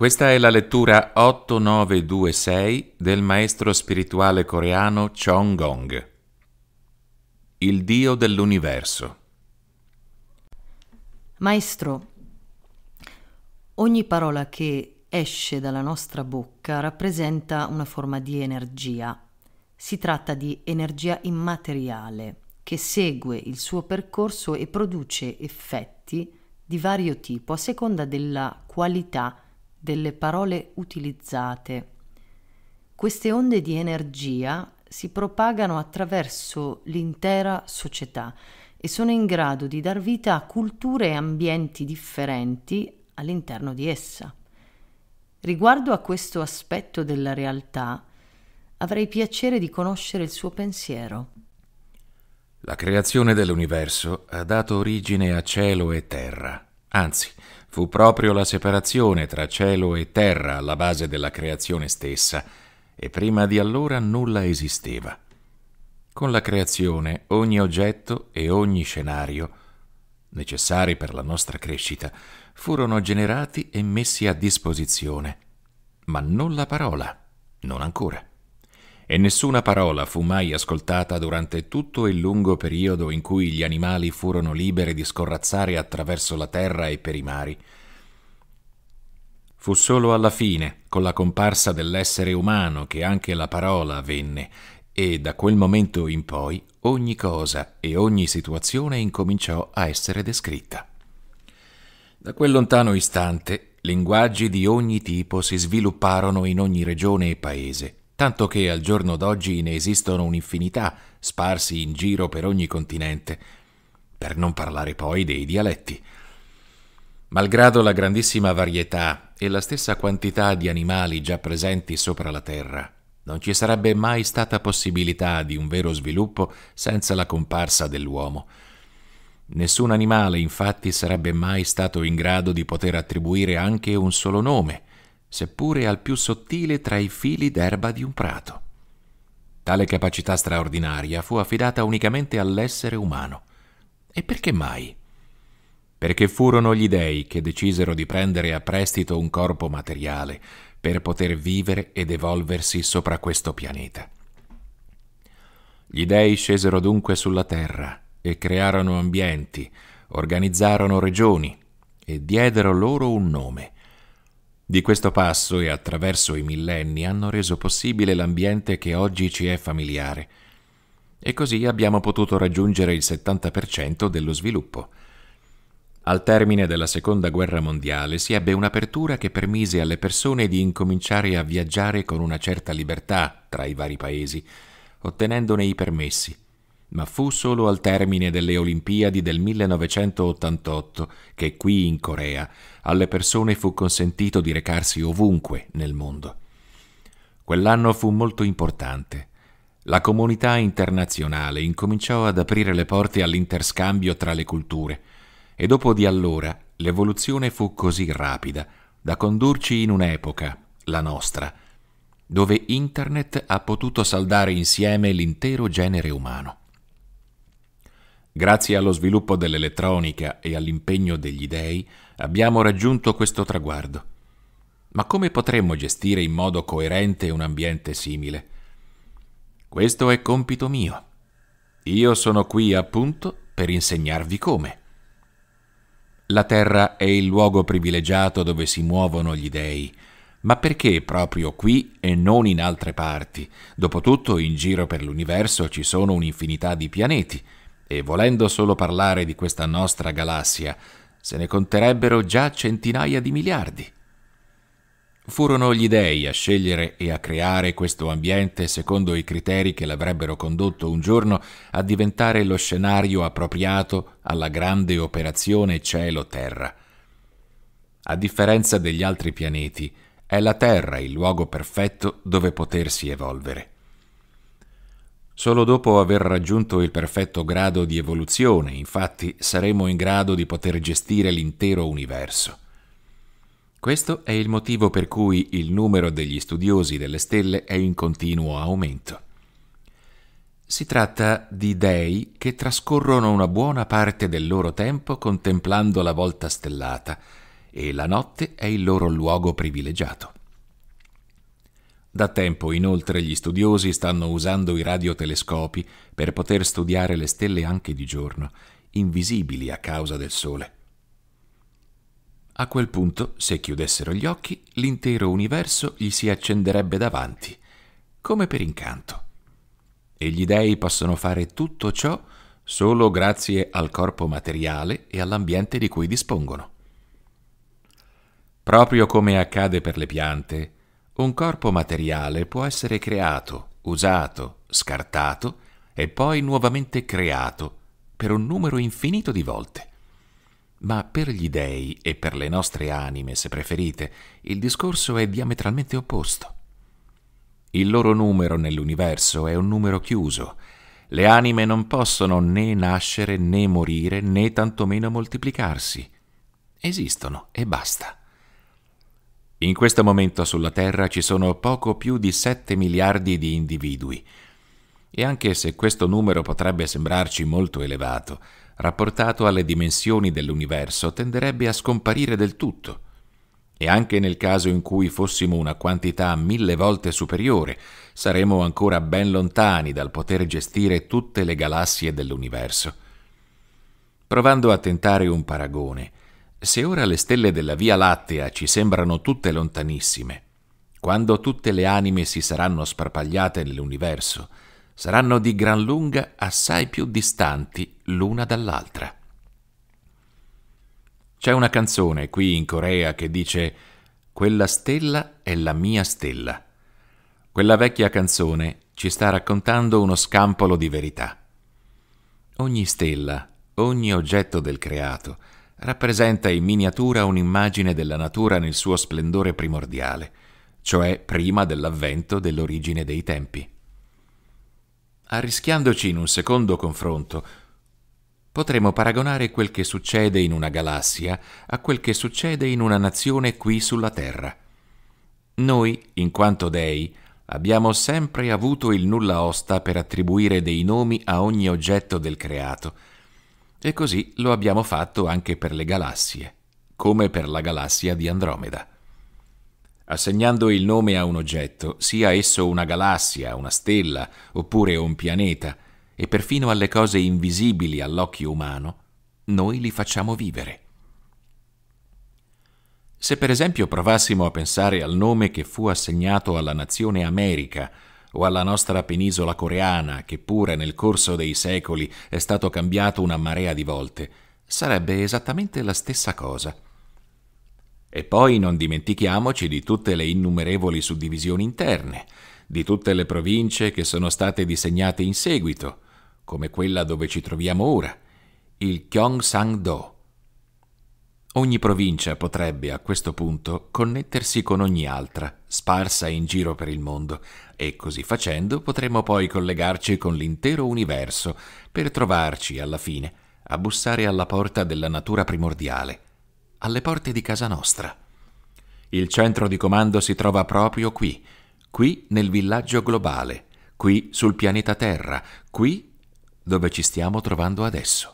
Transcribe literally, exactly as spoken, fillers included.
Questa è la lettura otto nove due sei del maestro spirituale coreano Chong Gong. Il Dio dell'universo. Maestro, ogni parola che esce dalla nostra bocca rappresenta una forma di energia. Si tratta di energia immateriale che segue il suo percorso e produce effetti di vario tipo a seconda della qualità delle parole utilizzate. Queste onde di energia si propagano attraverso l'intera società e sono in grado di dar vita a culture e ambienti differenti all'interno di essa. Riguardo a questo aspetto della realtà, avrei piacere di conoscere il suo pensiero. La creazione dell'universo ha dato origine a cielo e terra. Anzi, fu proprio la separazione tra cielo e terra alla base della creazione stessa, e prima di allora nulla esisteva. Con la creazione, ogni oggetto e ogni scenario, necessari per la nostra crescita, furono generati e messi a disposizione. Ma non la parola, non ancora. E nessuna parola fu mai ascoltata durante tutto il lungo periodo in cui gli animali furono liberi di scorrazzare attraverso la terra e per i mari. Fu solo alla fine, con la comparsa dell'essere umano, che anche la parola venne, e da quel momento in poi ogni cosa e ogni situazione incominciò a essere descritta. Da quel lontano istante, linguaggi di ogni tipo si svilupparono in ogni regione e paese, tanto che al giorno d'oggi ne esistono un'infinità sparsi in giro per ogni continente, per non parlare poi dei dialetti. Malgrado la grandissima varietà e la stessa quantità di animali già presenti sopra la terra, non ci sarebbe mai stata possibilità di un vero sviluppo senza la comparsa dell'uomo. Nessun animale, infatti, sarebbe mai stato in grado di poter attribuire anche un solo nome, seppure al più sottile tra i fili d'erba di un prato. Tale capacità straordinaria fu affidata unicamente all'essere umano. E perché mai? Perché furono gli dei che decisero di prendere a prestito un corpo materiale per poter vivere ed evolversi sopra questo pianeta. Gli dei scesero dunque sulla terra e crearono ambienti, organizzarono regioni e diedero loro un nome. Di questo passo e attraverso i millenni hanno reso possibile l'ambiente che oggi ci è familiare, e così abbiamo potuto raggiungere il settanta per cento dello sviluppo. Al termine della Seconda Guerra Mondiale si ebbe un'apertura che permise alle persone di incominciare a viaggiare con una certa libertà tra i vari paesi, ottenendone i permessi. Ma fu solo al termine delle Olimpiadi del millenovecentottantotto che qui in Corea alle persone fu consentito di recarsi ovunque nel mondo. Quell'anno fu molto importante. La comunità internazionale incominciò ad aprire le porte all'interscambio tra le culture, e dopo di allora l'evoluzione fu così rapida da condurci in un'epoca, la nostra, dove Internet ha potuto saldare insieme l'intero genere umano. Grazie allo sviluppo dell'elettronica e all'impegno degli dei abbiamo raggiunto questo traguardo. Ma come potremmo gestire in modo coerente un ambiente simile? Questo è compito mio. Io sono qui appunto per insegnarvi come. La Terra è il luogo privilegiato dove si muovono gli dei, ma perché proprio qui e non in altre parti? Dopotutto, in giro per l'universo ci sono un'infinità di pianeti, e volendo solo parlare di questa nostra galassia, se ne conterebbero già centinaia di miliardi. Furono gli dei a scegliere e a creare questo ambiente secondo i criteri che l'avrebbero condotto un giorno a diventare lo scenario appropriato alla grande operazione cielo-terra. A differenza degli altri pianeti, è la Terra il luogo perfetto dove potersi evolvere. Solo dopo aver raggiunto il perfetto grado di evoluzione, infatti, saremo in grado di poter gestire l'intero universo. Questo è il motivo per cui il numero degli studiosi delle stelle è in continuo aumento. Si tratta di dei che trascorrono una buona parte del loro tempo contemplando la volta stellata e la notte è il loro luogo privilegiato. Da tempo, inoltre, gli studiosi stanno usando i radiotelescopi per poter studiare le stelle anche di giorno, invisibili a causa del sole. A quel punto, se chiudessero gli occhi, l'intero universo gli si accenderebbe davanti, come per incanto. E gli dei possono fare tutto ciò solo grazie al corpo materiale e all'ambiente di cui dispongono. Proprio come accade per le piante, un corpo materiale può essere creato, usato, scartato e poi nuovamente creato per un numero infinito di volte. Ma per gli dei e per le nostre anime, se preferite, il discorso è diametralmente opposto. Il loro numero nell'universo è un numero chiuso. Le anime non possono né nascere, né morire, né tantomeno moltiplicarsi. Esistono e basta. In questo momento sulla Terra ci sono poco più di sette miliardi di individui. E anche se questo numero potrebbe sembrarci molto elevato, rapportato alle dimensioni dell'universo, tenderebbe a scomparire del tutto. E anche nel caso in cui fossimo una quantità mille volte superiore, saremo ancora ben lontani dal poter gestire tutte le galassie dell'universo. Provando a tentare un paragone, se ora le stelle della Via Lattea ci sembrano tutte lontanissime, quando tutte le anime si saranno sparpagliate nell'universo, saranno di gran lunga assai più distanti l'una dall'altra. C'è una canzone qui in Corea che dice «Quella stella è la mia stella». Quella vecchia canzone ci sta raccontando uno scampolo di verità. Ogni stella, ogni oggetto del creato, rappresenta in miniatura un'immagine della natura nel suo splendore primordiale, cioè prima dell'avvento dell'origine dei tempi. Arrischiandoci in un secondo confronto, potremo paragonare quel che succede in una galassia a quel che succede in una nazione qui sulla Terra. Noi, in quanto dei, abbiamo sempre avuto il nulla osta per attribuire dei nomi a ogni oggetto del creato, e così lo abbiamo fatto anche per le galassie, come per la galassia di Andromeda. Assegnando il nome a un oggetto, sia esso una galassia, una stella oppure un pianeta, e perfino alle cose invisibili all'occhio umano, noi li facciamo vivere. Se per esempio provassimo a pensare al nome che fu assegnato alla nazione America o alla nostra penisola coreana, che pure nel corso dei secoli è stato cambiato una marea di volte, sarebbe esattamente la stessa cosa. E poi non dimentichiamoci di tutte le innumerevoli suddivisioni interne, di tutte le province che sono state disegnate in seguito, come quella dove ci troviamo ora, il Gyeongsang-do. Ogni provincia potrebbe a questo punto connettersi con ogni altra, sparsa in giro per il mondo, e così facendo potremo poi collegarci con l'intero universo per trovarci, alla fine, a bussare alla porta della natura primordiale, alle porte di casa nostra. Il centro di comando si trova proprio qui, qui nel villaggio globale, qui sul pianeta Terra, qui dove ci stiamo trovando adesso.